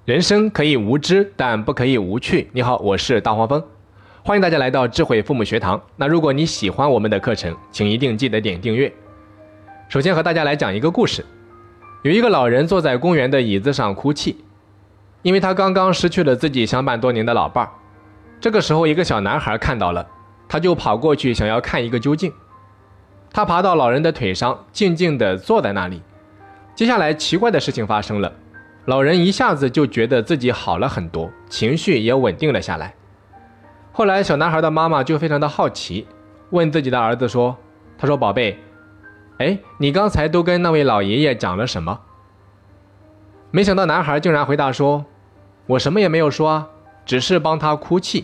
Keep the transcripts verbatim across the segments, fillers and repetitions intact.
人生可以无知，但不可以无趣。你好，我是大黄蜂，欢迎大家来到智慧父母学堂。那如果你喜欢我们的课程，请一定记得点订阅。首先和大家来讲一个故事。有一个老人坐在公园的椅子上哭泣，因为他刚刚失去了自己相伴多年的老伴儿。这个时候，一个小男孩看到了，他就跑过去想要看一个究竟。他爬到老人的腿上，静静地坐在那里。接下来，奇怪的事情发生了。老人一下子就觉得自己好了很多，情绪也稳定了下来。后来小男孩的妈妈就非常的好奇，问自己的儿子说，他说宝贝，哎，你刚才都跟那位老爷爷讲了什么？没想到男孩竟然回答说，我什么也没有说啊，只是帮他哭泣。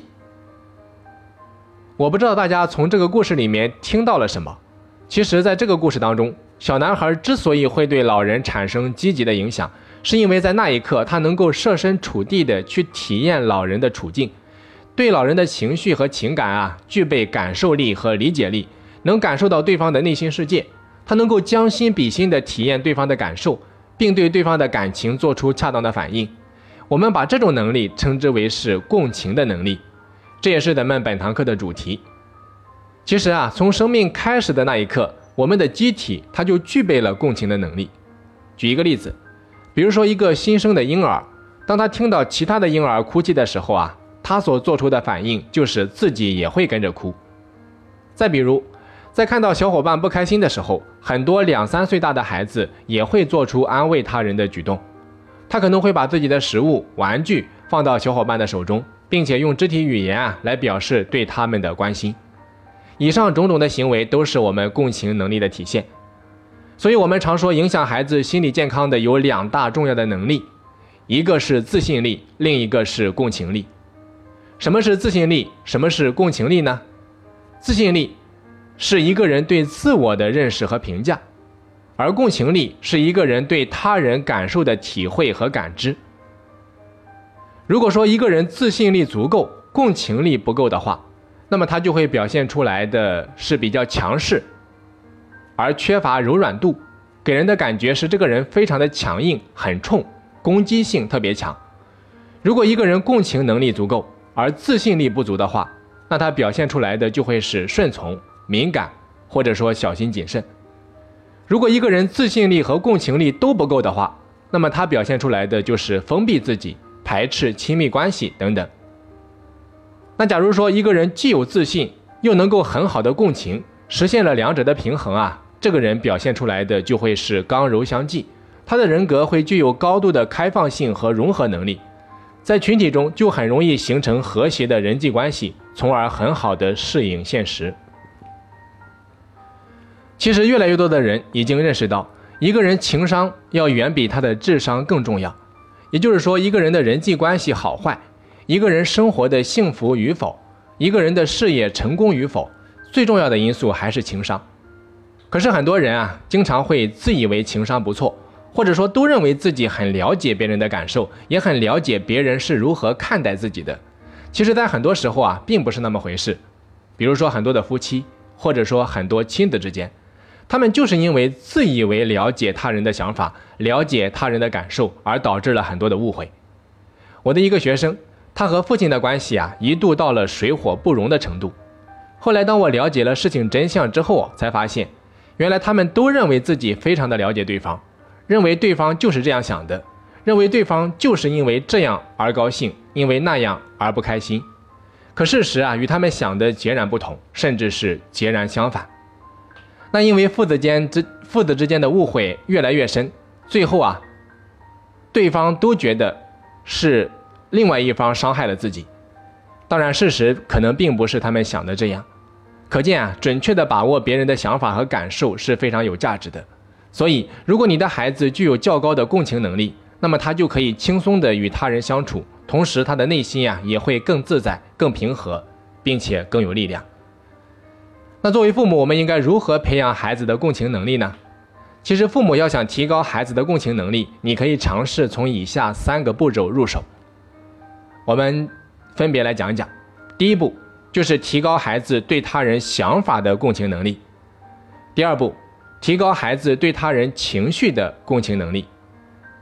我不知道大家从这个故事里面听到了什么。其实在这个故事当中，小男孩之所以会对老人产生积极的影响，是因为在那一刻他能够设身处地的去体验老人的处境，对老人的情绪和情感啊具备感受力和理解力，能感受到对方的内心世界，他能够将心比心的体验对方的感受，并对对方的感情做出恰当的反应。我们把这种能力称之为是共情的能力，这也是咱们本堂课的主题。其实啊，从生命开始的那一刻，我们的机体它就具备了共情的能力。举一个例子，比如说一个新生的婴儿，当他听到其他的婴儿哭泣的时候啊，他所做出的反应就是自己也会跟着哭。再比如，在看到小伙伴不开心的时候，很多两三岁大的孩子也会做出安慰他人的举动。他可能会把自己的食物、玩具放到小伙伴的手中，并且用肢体语言啊来表示对他们的关心。以上种种的行为都是我们共情能力的体现。所以我们常说，影响孩子心理健康的有两大重要的能力，一个是自信力，另一个是共情力。什么是自信力？什么是共情力呢？自信力是一个人对自我的认识和评价，而共情力是一个人对他人感受的体会和感知。如果说一个人自信力足够，共情力不够的话，那么他就会表现出来的是比较强势，而缺乏柔软度，给人的感觉是这个人非常的强硬，很冲，攻击性特别强。如果一个人共情能力足够，而自信力不足的话，那他表现出来的就会是顺从、敏感，或者说小心谨慎。如果一个人自信力和共情力都不够的话，那么他表现出来的就是封闭自己、排斥亲密关系等等。那假如说一个人既有自信，又能够很好的共情，实现了两者的平衡啊，这个人表现出来的就会是刚柔相济，他的人格会具有高度的开放性和融合能力，在群体中就很容易形成和谐的人际关系，从而很好的适应现实。其实越来越多的人已经认识到，一个人情商要远比他的智商更重要。也就是说，一个人的人际关系好坏，一个人生活的幸福与否，一个人的事业成功与否，最重要的因素还是情商。可是很多人啊，经常会自以为情商不错，或者说都认为自己很了解别人的感受，也很了解别人是如何看待自己的。其实在很多时候啊，并不是那么回事。比如说很多的夫妻，或者说很多亲子之间，他们就是因为自以为了解他人的想法，了解他人的感受，而导致了很多的误会。我的一个学生，他和父亲的关系啊，一度到了水火不容的程度。后来当我了解了事情真相之后，才发现原来他们都认为自己非常的了解对方，认为对方就是这样想的，认为对方就是因为这样而高兴，因为那样而不开心。可事实啊，与他们想的截然不同，甚至是截然相反。那因为父子间之父子之间的误会越来越深，最后啊，对方都觉得是另外一方伤害了自己。当然事实可能并不是他们想的这样。可见啊，准确的把握别人的想法和感受是非常有价值的。所以如果你的孩子具有较高的共情能力，那么他就可以轻松的与他人相处，同时他的内心啊也会更自在、更平和，并且更有力量。那作为父母，我们应该如何培养孩子的共情能力呢？其实父母要想提高孩子的共情能力，你可以尝试从以下三个步骤入手。我们分别来讲一讲。第一步就是提高孩子对他人想法的共情能力。第二步，提高孩子对他人情绪的共情能力。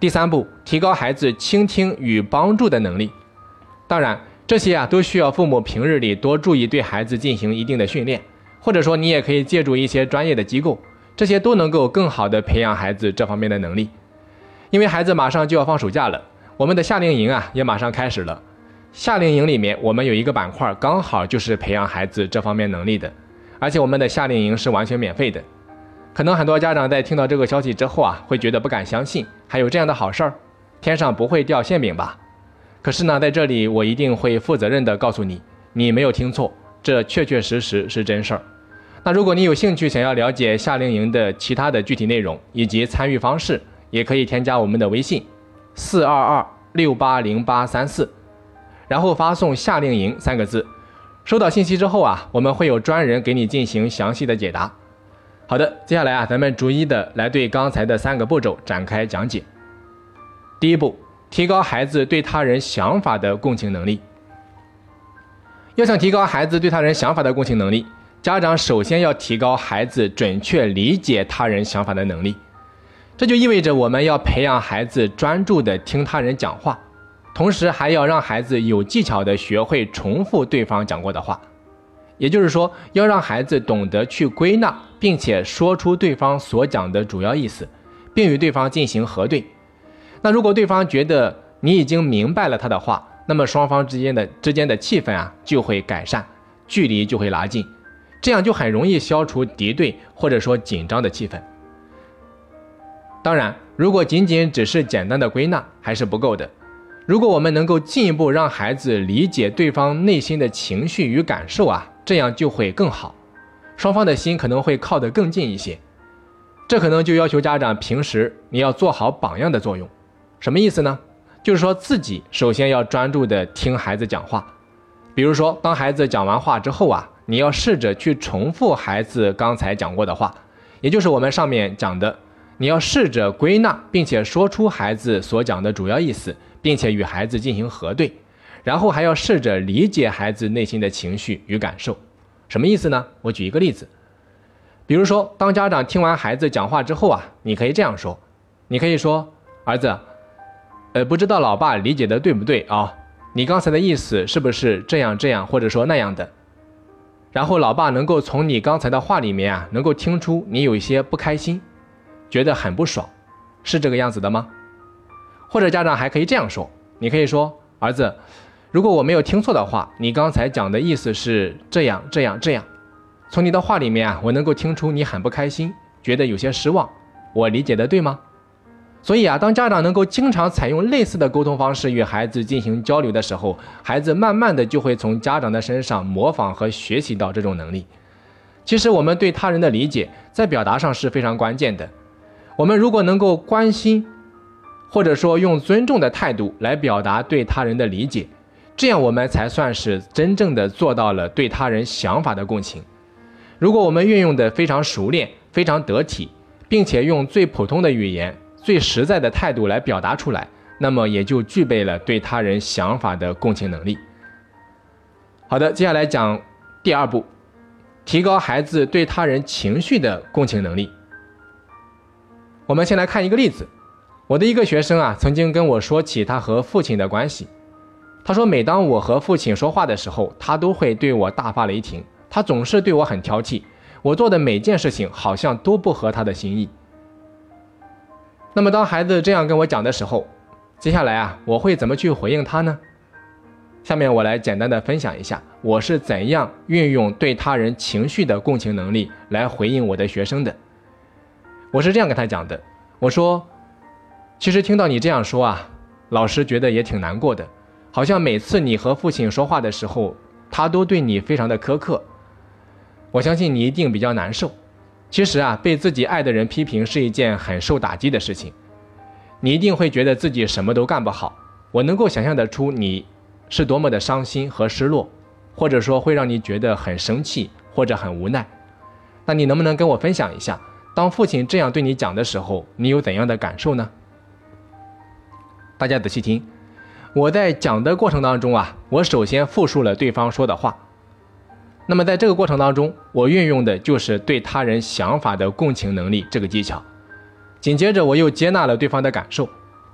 第三步，提高孩子倾听与帮助的能力。当然，这些啊都需要父母平日里多注意对孩子进行一定的训练，或者说你也可以借助一些专业的机构，这些都能够更好的培养孩子这方面的能力。因为孩子马上就要放暑假了，我们的夏令营啊也马上开始了。夏令营里面我们有一个板块，刚好就是培养孩子这方面能力的，而且我们的夏令营是完全免费的。可能很多家长在听到这个消息之后啊，会觉得不敢相信，还有这样的好事儿，天上不会掉馅饼吧？可是呢，在这里我一定会负责任的告诉你，你没有听错，这确确实实是真事儿。那如果你有兴趣想要了解夏令营的其他的具体内容以及参与方式，也可以添加我们的微信四二二六八零八三四，然后发送夏令营三个字。收到信息之后啊，我们会有专人给你进行详细的解答。好的，接下来啊，咱们逐一的来对刚才的三个步骤展开讲解。第一步，提高孩子对他人想法的共情能力。要想提高孩子对他人想法的共情能力，家长首先要提高孩子准确理解他人想法的能力。这就意味着我们要培养孩子专注的听他人讲话，同时还要让孩子有技巧的学会重复对方讲过的话。也就是说，要让孩子懂得去归纳，并且说出对方所讲的主要意思，并与对方进行核对。那如果对方觉得你已经明白了他的话，那么双方之间的之间的气氛啊就会改善，距离就会拉近，这样就很容易消除敌对或者说紧张的气氛。当然，如果仅仅只是简单的归纳还是不够的。如果我们能够进一步让孩子理解对方内心的情绪与感受啊，这样就会更好，双方的心可能会靠得更近一些。这可能就要求家长平时你要做好榜样的作用。什么意思呢？就是说自己首先要专注的听孩子讲话。比如说，当孩子讲完话之后啊，你要试着去重复孩子刚才讲过的话，也就是我们上面讲的，你要试着归纳，并且说出孩子所讲的主要意思，并且与孩子进行核对，然后还要试着理解孩子内心的情绪与感受。什么意思呢？我举一个例子。比如说，当家长听完孩子讲话之后啊，你可以这样说，你可以说，儿子，呃，不知道老爸理解的对不对啊？你刚才的意思是不是这样这样，或者说那样的？然后老爸能够从你刚才的话里面啊，能够听出你有一些不开心，觉得很不爽，是这个样子的吗？或者家长还可以这样说，你可以说，儿子，如果我没有听错的话，你刚才讲的意思是这样这样这样。从你的话里面啊，我能够听出你很不开心，觉得有些失望，我理解的对吗？所以啊，当家长能够经常采用类似的沟通方式与孩子进行交流的时候，孩子慢慢的就会从家长的身上模仿和学习到这种能力。其实我们对他人的理解在表达上是非常关键的。我们如果能够关心，或者说用尊重的态度来表达对他人的理解，这样我们才算是真正的做到了对他人想法的共情。如果我们运用的非常熟练，非常得体，并且用最普通的语言，最实在的态度来表达出来，那么也就具备了对他人想法的共情能力。好的，接下来讲第二步，提高孩子对他人情绪的共情能力。我们先来看一个例子。我的一个学生啊，曾经跟我说起他和父亲的关系。他说，每当我和父亲说话的时候，他都会对我大发雷霆，他总是对我很挑剔，我做的每件事情好像都不合他的心意。那么当孩子这样跟我讲的时候，接下来啊，我会怎么去回应他呢？下面我来简单的分享一下，我是怎样运用对他人情绪的共情能力来回应我的学生的。我是这样跟他讲的，我说，其实听到你这样说啊，老师觉得也挺难过的，好像每次你和父亲说话的时候，他都对你非常的苛刻。我相信你一定比较难受。其实啊，被自己爱的人批评是一件很受打击的事情，你一定会觉得自己什么都干不好。我能够想象得出你是多么的伤心和失落，或者说会让你觉得很生气或者很无奈。那你能不能跟我分享一下，当父亲这样对你讲的时候，你有怎样的感受呢？大家仔细听，我在讲的过程当中啊，我首先复述了对方说的话。那么在这个过程当中，我运用的就是对他人想法的共情能力这个技巧。紧接着我又接纳了对方的感受，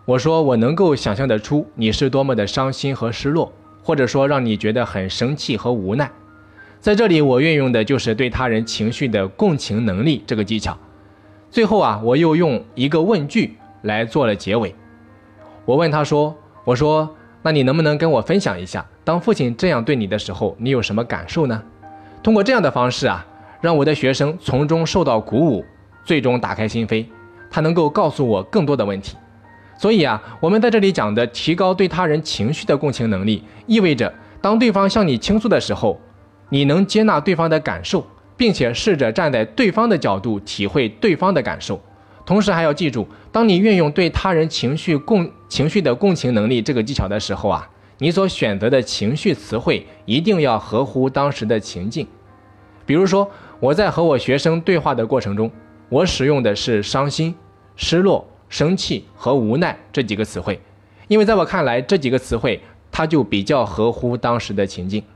我说我能够想象得出你是多么的伤心和失落，或者说让你觉得很生气和无奈。在这里我运用的就是对他人情绪的共情能力这个技巧。最后啊，我又用一个问句来做了结尾。我问他说，我说那你能不能跟我分享一下，当父亲这样对你的时候，你有什么感受呢？通过这样的方式啊，让我的学生从中受到鼓舞，最终打开心扉，他能够告诉我更多的问题。所以啊，我们在这里讲的提高对他人情绪的共情能力，意味着当对方向你倾诉的时候，你能接纳对方的感受，并且试着站在对方的角度体会对方的感受。同时还要记住，当你运用对他人情绪共情绪的共情能力这个技巧的时候啊，你所选择的情绪词汇一定要合乎当时的情境。比如说，我在和我学生对话的过程中，我使用的是伤心、失落、生气和无奈这几个词汇，因为在我看来，这几个词汇它就比较合乎当时的情境。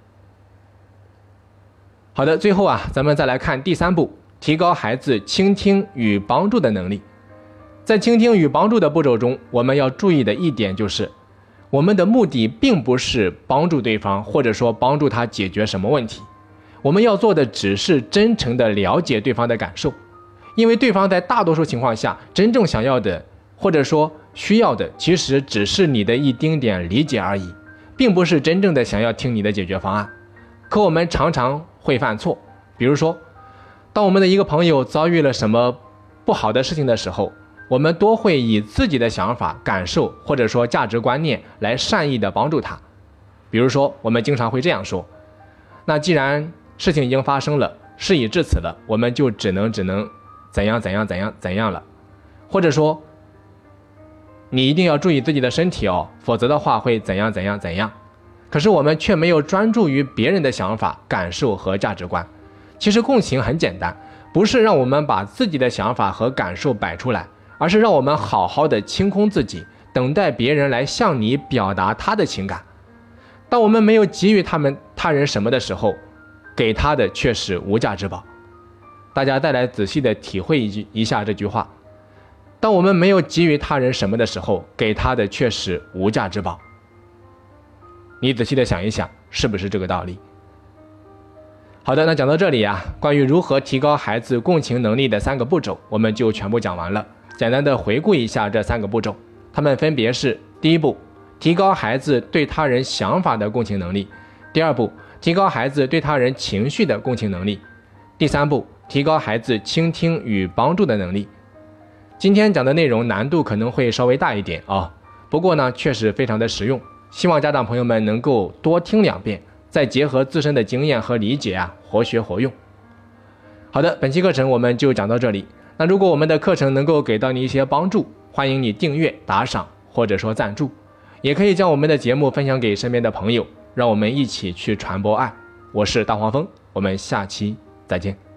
好的，最后啊，咱们再来看第三步，提高孩子倾听与帮助的能力。在倾听与帮助的步骤中，我们要注意的一点就是，我们的目的并不是帮助对方，或者说帮助他解决什么问题，我们要做的只是真诚地了解对方的感受，因为对方在大多数情况下真正想要的，或者说需要的，其实只是你的一丁点理解而已，并不是真正的想要听你的解决方案。可我们常常会犯错，比如说，当我们的一个朋友遭遇了什么不好的事情的时候，我们多会以自己的想法、感受或者说价值观念来善意的帮助他。比如说，我们经常会这样说，那既然事情已经发生了，事已至此了，我们就只能只能怎样怎样怎样怎样了，或者说你一定要注意自己的身体哦，否则的话会怎样怎样怎样。可是我们却没有专注于别人的想法、感受和价值观。其实共情很简单，不是让我们把自己的想法和感受摆出来，而是让我们好好的清空自己，等待别人来向你表达他的情感。当我们没有给予他们他人什么的时候，给他的却是无价之宝。大家再来仔细的体会一一下这句话，当我们没有给予他人什么的时候，给他的却是无价之宝。你仔细的想一想，是不是这个道理？好的，那讲到这里啊，关于如何提高孩子共情能力的三个步骤，我们就全部讲完了。简单的回顾一下这三个步骤，它们分别是：第一步，提高孩子对他人想法的共情能力；第二步，提高孩子对他人情绪的共情能力；第三步，提高孩子倾听与帮助的能力。今天讲的内容难度可能会稍微大一点啊，不过呢，确实非常的实用。希望家长朋友们能够多听两遍，再结合自身的经验和理解啊，活学活用。好的，本期课程我们就讲到这里。那如果我们的课程能够给到你一些帮助，欢迎你订阅、打赏或者说赞助，也可以将我们的节目分享给身边的朋友，让我们一起去传播爱。我是大黄蜂，我们下期再见。